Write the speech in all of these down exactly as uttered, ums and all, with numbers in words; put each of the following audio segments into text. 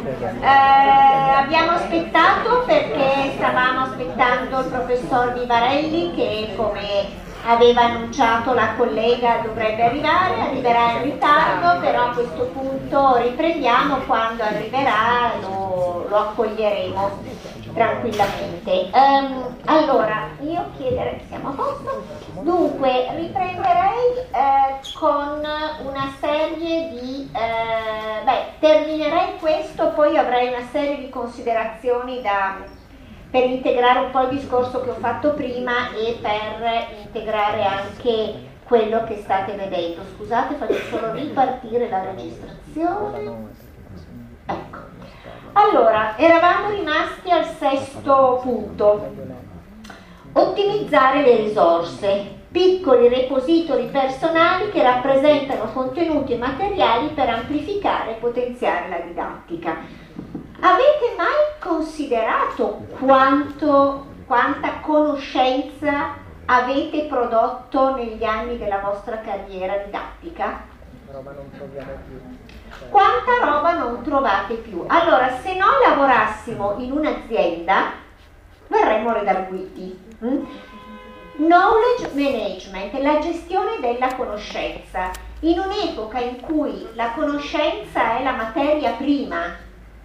Eh, abbiamo aspettato perché stavamo aspettando il professor Vivarelli che, come aveva annunciato la collega, dovrebbe arrivare, arriverà in ritardo, però a questo punto riprendiamo. Quando arriverà lo, lo accoglieremo tranquillamente. Um, allora, io chiederei, siamo a posto? Dunque, riprenderei eh, con una serie di, eh, beh, terminerei questo, poi avrei una serie di considerazioni da, per integrare un po' il discorso che ho fatto prima e per integrare anche quello che state vedendo. Scusate, faccio solo ripartire la registrazione. Ecco. Allora, eravamo rimasti al sesto punto. Ottimizzare le risorse. Piccoli repository personali che rappresentano contenuti e materiali per amplificare e potenziare la didattica. Avete mai considerato quanto, quanta conoscenza avete prodotto negli anni della vostra carriera didattica? Roba non troviamo più. Quanta roba non trovate più? Allora, se noi lavorassimo in un'azienda, verremmo redarguiti. Mm? Knowledge management, la gestione della conoscenza. In un'epoca in cui la conoscenza è la materia prima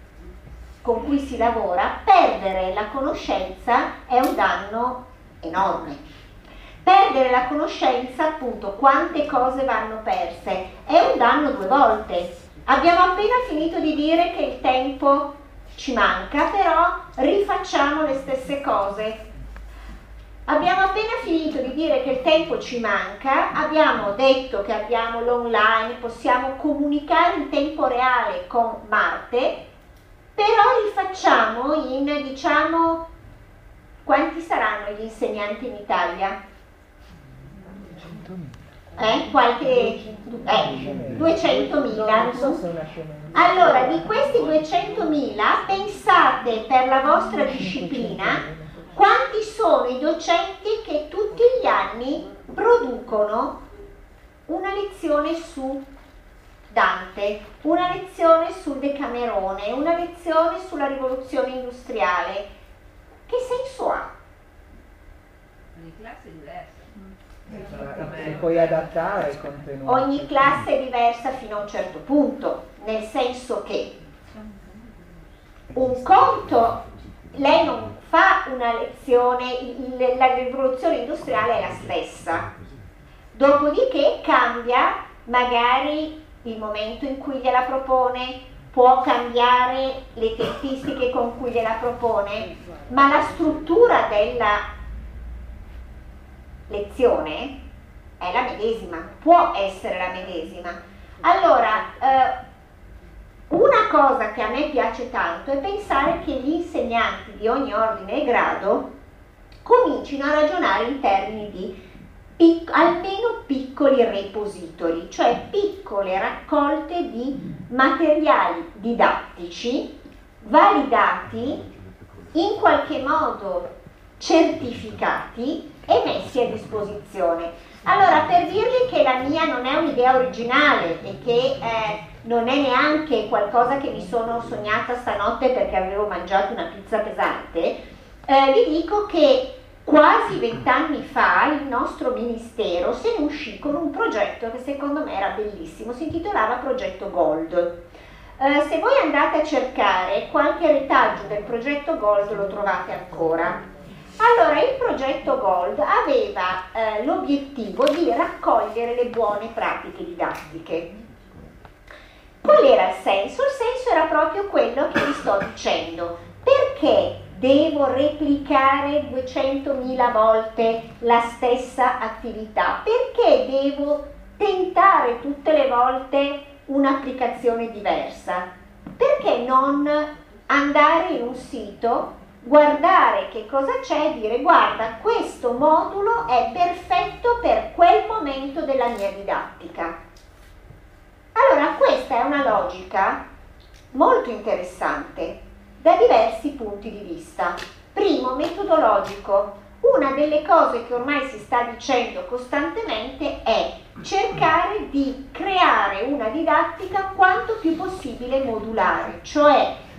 con cui si lavora, perdere la conoscenza è un danno enorme. Perdere la conoscenza, appunto, quante cose vanno perse, è un danno due volte. Abbiamo appena finito di dire che il tempo ci manca, però rifacciamo le stesse cose. Abbiamo appena finito di dire che il tempo ci manca, abbiamo detto che abbiamo l'online, possiamo comunicare in tempo reale con Marte, però rifacciamo in, diciamo, quanti saranno gli insegnanti in Italia? Eh, qualche eh, duecentomila. Allora, di questi duecentomila, pensate per la vostra disciplina quanti sono i docenti che tutti gli anni producono una lezione su Dante, una lezione sul Decamerone, una lezione sulla rivoluzione industriale. Che senso ha? Ogni classe è diversa. E puoi adattare i contenuti. Ogni classe è diversa fino a un certo punto, nel senso che un conto, lei non fa una lezione, il, la rivoluzione industriale è la stessa, dopodiché cambia magari il momento in cui gliela propone, può cambiare le tempistiche con cui gliela propone, ma la struttura della lezione è la medesima, può essere la medesima. Allora, eh, una cosa che a me piace tanto è pensare che gli insegnanti di ogni ordine e grado comincino a ragionare in termini di pic- almeno piccoli repository, cioè piccole raccolte di materiali didattici validati, in qualche modo certificati e messi a disposizione. Allora, per dirvi che la mia non è un'idea originale e che eh, non è neanche qualcosa che mi sono sognata stanotte perché avevo mangiato una pizza pesante, eh, vi dico che quasi vent'anni fa il nostro ministero se ne uscì con un progetto che secondo me era bellissimo, si intitolava Progetto Gold. Eh, se voi andate a cercare qualche retaggio del progetto Gold lo trovate ancora. Allora, il progetto Gold aveva eh, l'obiettivo di raccogliere le buone pratiche didattiche. Qual era il senso? Il senso era proprio quello che vi sto dicendo. Perché devo replicare duecentomila volte la stessa attività? Perché devo tentare tutte le volte un'applicazione diversa? Perché non andare in un sito, guardare che cosa c'è e dire: guarda, questo modulo è perfetto per quel momento della mia didattica. Allora, questa è una logica molto interessante da diversi punti di vista. Primo, metodologico. Una delle cose che ormai si sta dicendo costantemente è cercare di creare una didattica quanto più possibile modulare, cioè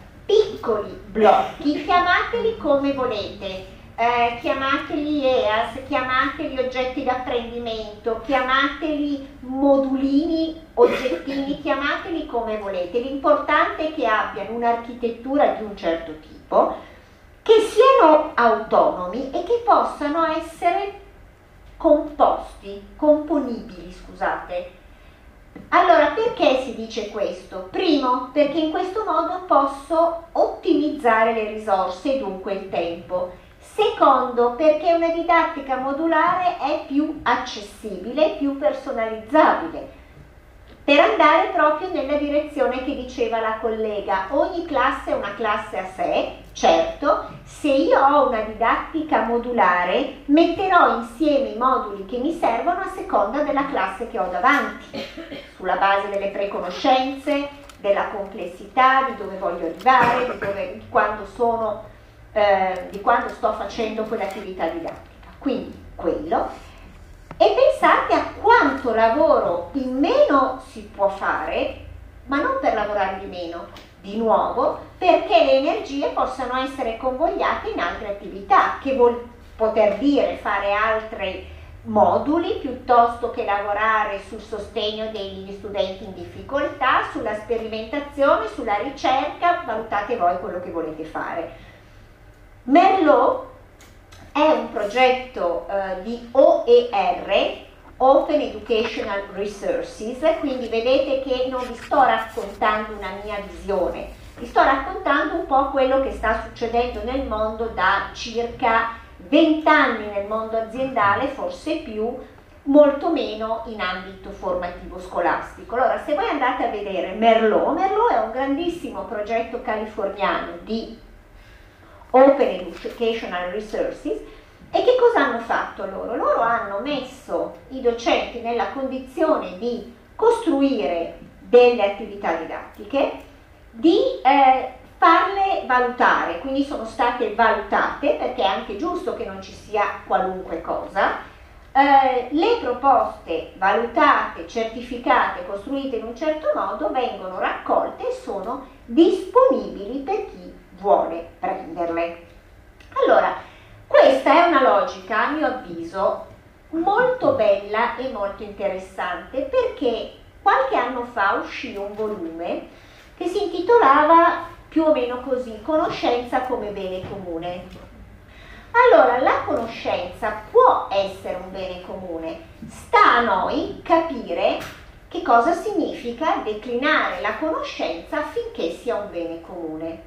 piccoli blocchi, chiamateli come volete. Eh, chiamateli E A S, chiamateli oggetti d'apprendimento, chiamateli modulini, oggettini, chiamateli come volete. L'importante è che abbiano un'architettura di un certo tipo, che siano autonomi e che possano essere composti, componibili, scusate. Allora, perché si dice questo? Primo, perché in questo modo posso ottimizzare le risorse e dunque il tempo. Secondo, perché una didattica modulare è più accessibile, più personalizzabile, per andare proprio nella direzione che diceva la collega. Ogni classe è una classe a sé, certo. Se io ho una didattica modulare, metterò insieme i moduli che mi servono a seconda della classe che ho davanti, sulla base delle preconoscenze, della complessità, di dove voglio arrivare, di, dove, di quando sono... Eh, di quando sto facendo quell'attività didattica. Quindi quello, e pensate a quanto lavoro in meno si può fare, ma non per lavorare di meno, di nuovo perché le energie possano essere convogliate in altre attività, che vuol poter dire fare altri moduli piuttosto che lavorare sul sostegno degli studenti in difficoltà, sulla sperimentazione, sulla ricerca. Valutate voi quello che volete fare. Merlot è un progetto eh, di O E R, Open Educational Resources, quindi vedete che non vi sto raccontando una mia visione, vi sto raccontando un po' quello che sta succedendo nel mondo da circa venti anni nel mondo aziendale, forse più, molto meno in ambito formativo scolastico. Allora, se voi andate a vedere Merlot, Merlot è un grandissimo progetto californiano di Open Educational Resources. E che cosa hanno fatto loro? Loro hanno messo i docenti nella condizione di costruire delle attività didattiche, di eh, farle valutare, quindi sono state valutate, perché è anche giusto che non ci sia qualunque cosa. Eh, le proposte valutate, certificate, costruite in un certo modo vengono raccolte e sono disponibili per chi vuole prenderle. Allora, questa è una logica, a mio avviso, molto bella e molto interessante, perché qualche anno fa uscì un volume che si intitolava più o meno così: Conoscenza come bene comune. Allora, la conoscenza può essere un bene comune, sta a noi capire che cosa significa declinare la conoscenza affinché sia un bene comune.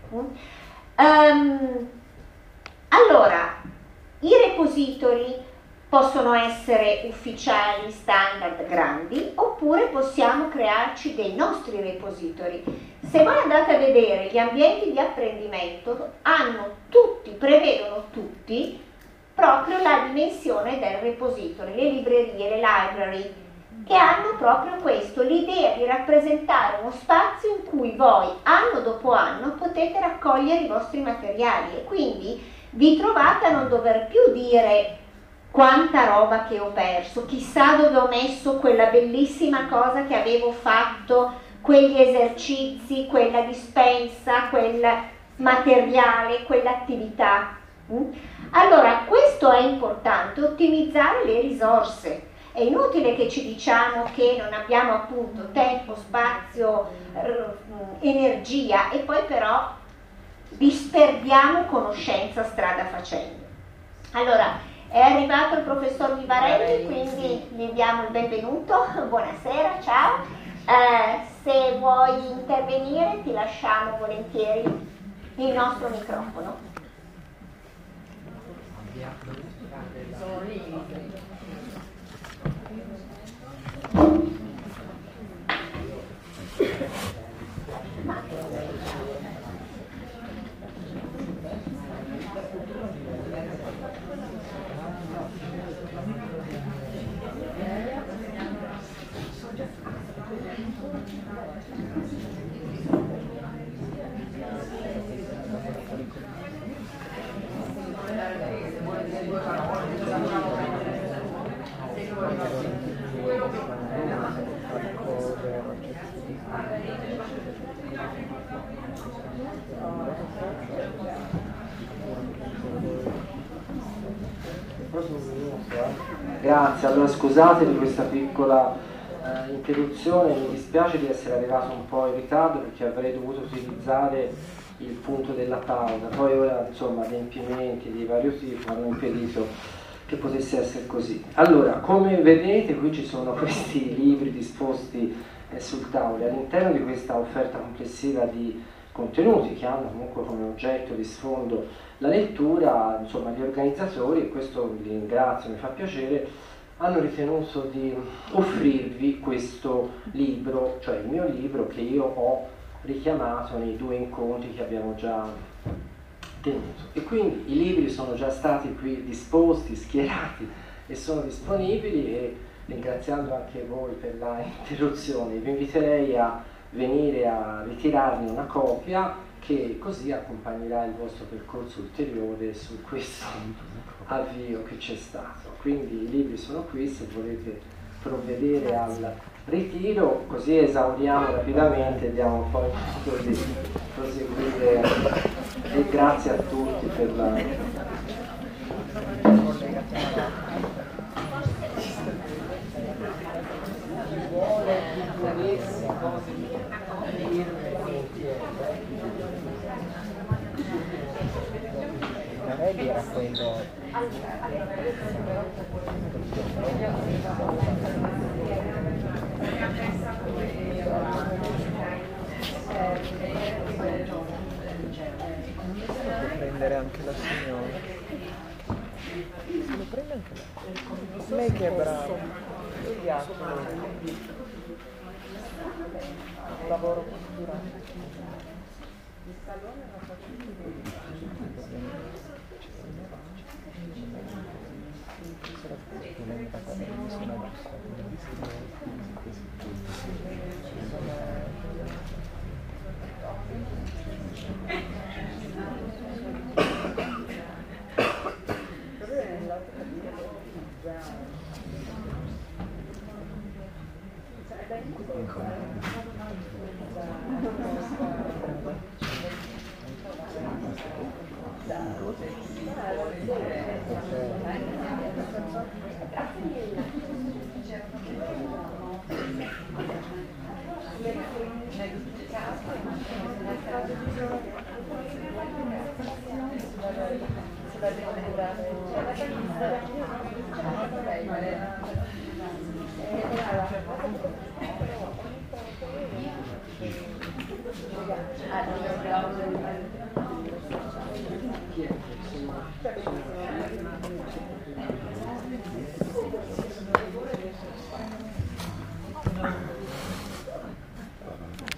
Um, allora, i repository possono essere ufficiali, standard, grandi, oppure possiamo crearci dei nostri repository. Se voi andate a vedere gli ambienti di apprendimento, hanno tutti, prevedono tutti, proprio la dimensione del repository, le librerie, le library, che hanno proprio questo, l'idea di rappresentare uno spazio in cui voi, anno dopo anno, potete raccogliere i vostri materiali e quindi vi trovate a non dover più dire quanta roba che ho perso, chissà dove ho messo quella bellissima cosa che avevo fatto, quegli esercizi, quella dispensa, quel materiale, quell'attività. Allora, questo è importante, ottimizzare le risorse. È inutile che ci diciamo che non abbiamo appunto tempo, spazio, energia e poi però disperdiamo conoscenza strada facendo. Allora, è arrivato il professor Vivarelli, quindi gli diamo il benvenuto, buonasera, ciao. Eh, se vuoi intervenire ti lasciamo volentieri il nostro microfono. Grazie, allora scusate di questa piccola eh, interruzione, mi dispiace di essere arrivato un po' in ritardo perché avrei dovuto utilizzare il punto della pausa, poi ora insomma adempimenti di vario tipo hanno impedito che potesse essere così. Allora, come vedete qui ci sono questi libri disposti eh, sul tavolo, all'interno di questa offerta complessiva di contenuti che hanno comunque come oggetto di sfondo la lettura, insomma gli organizzatori, e questo vi ringrazio, mi fa piacere, hanno ritenuto di offrirvi questo libro, cioè il mio libro che io ho richiamato nei due incontri che abbiamo già tenuto. E quindi i libri sono già stati qui disposti, schierati e sono disponibili, e ringraziando anche voi per la interruzione vi inviterei a venire a ritirarne una copia che così accompagnerà il vostro percorso ulteriore su questo avvio che c'è stato. Quindi i libri sono qui se volete provvedere al ritiro, così esauriamo rapidamente e diamo poi così proseguire. E grazie a tutti per la Carelli era quello può prendere anche la signora, se lo prende anche lei, lei che è brava, io gli altri un lavoro culturale. Chi è?